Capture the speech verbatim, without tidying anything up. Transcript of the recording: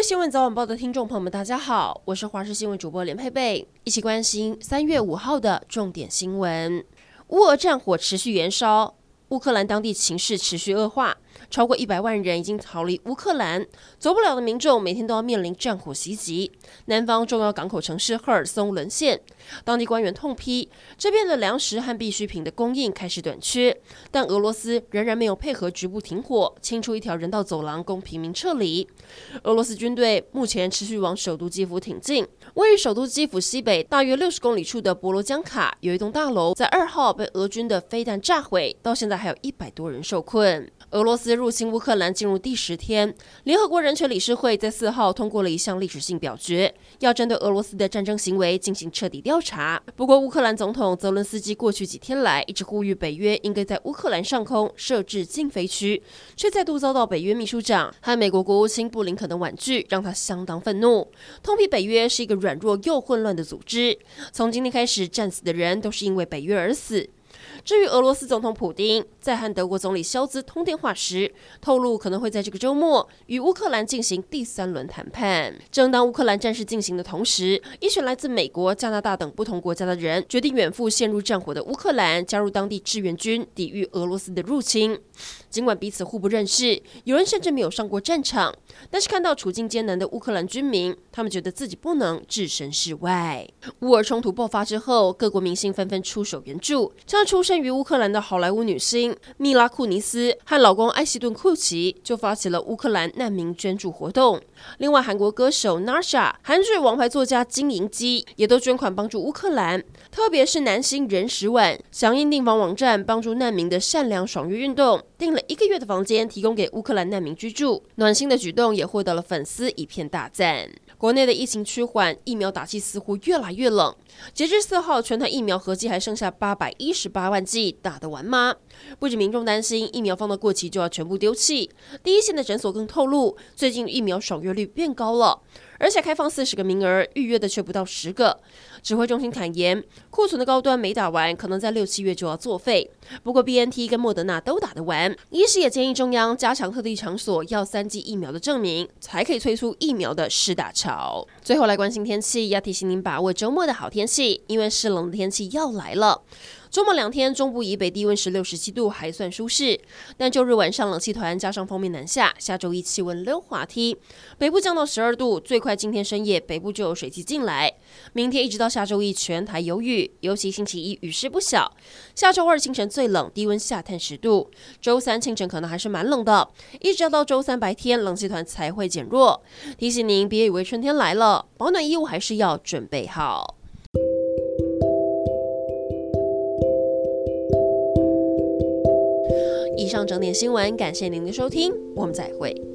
新闻早晚报的听众朋友们，大家好，我是华视新闻主播连佩佩，一起关心三月五号的重点新闻。乌俄战火持续延烧，乌克兰当地情势持续恶化，超过一百万人已经逃离乌克兰，走不了的民众每天都要面临战火袭击。南方重要港口城市赫尔松沦陷，当地官员痛批，这边的粮食和必需品的供应开始短缺，但俄罗斯仍然没有配合局部停火，清出一条人道走廊供平民撤离。俄罗斯军队目前持续往首都基辅挺进，位于首都基辅西北大约六十公里处的博罗江卡有一栋大楼，在二号被俄军的飞弹炸毁，到现在还有一百多人受困。俄罗斯入侵乌克兰进入第十天，联合国人权理事会在四号通过了一项历史性表决，要针对俄罗斯的战争行为进行彻底调查。不过，乌克兰总统泽伦斯基过去几天来一直呼吁北约应该在乌克兰上空设置禁飞区，却再度遭到北约秘书长和美国国务卿布林肯的婉拒，让他相当愤怒，痛批北约是一个软弱又混乱的组织。从今天开始，战死的人都是因为北约而死。至于俄罗斯总统普丁在和德国总理肖兹通电话时，透露可能会在这个周末与乌克兰进行第三轮谈判。正当乌克兰战事进行的同时，一群来自美国、加拿大等不同国家的人决定远赴陷入战火的乌克兰，加入当地志愿军，抵御俄罗斯的入侵。尽管彼此互不认识，有人甚至没有上过战场，但是看到处境艰难的乌克兰军民，他们觉得自己不能置身事外。乌俄冲突爆发之后，各国明星纷纷出手援助，像出生于乌克兰的好莱坞女星米拉库尼斯和老公艾希顿库奇就发起了乌克兰难民捐助活动。另外，韩国歌手 Narsha、韩剧王牌作家金银基也都捐款帮助乌克兰，特别是男星任时婉响应订房网站帮助难民的善良爽约运动，订了一个月的房间提供给乌克兰难民居住。暖心的举动也获得了粉丝一片大赞。国内的疫情趋缓，疫苗打剂似乎越来越冷。截至四号，全台疫苗合计还剩下八百一十八万剂，打得完吗？不止民众担心疫苗放到过期就要全部丢弃，第一线的诊所更透露，最近疫苗爽约率变高了，而且开放四十个名额，预约的却不到十个。指挥中心坦言，库存的高端没打完，可能在六七月就要作废。不过 B N T 跟莫德纳都打得完，医师也建议中央加强特定场所要三剂疫苗的证明，才可以催出疫苗的施打潮。最后来关心天气，要提醒您把握周末的好天气，因为湿冷的天气要来了。周末两天，中部以北低温十六、十七度还算舒适，但周日晚上冷气团加上锋面南下，下周一气温溜滑梯，北部降到十二度，最快今天深夜北部就有水汽进来。明天一直到下周一全台有雨，尤其星期一雨势不小。下周二清晨最冷，低温下探十度，周三清晨可能还是蛮冷的，一直要到周三白天冷气团才会减弱。提醒您别以为春天来了，保暖衣物还是要准备好。以上整点新闻，感谢您的收听，我们再会。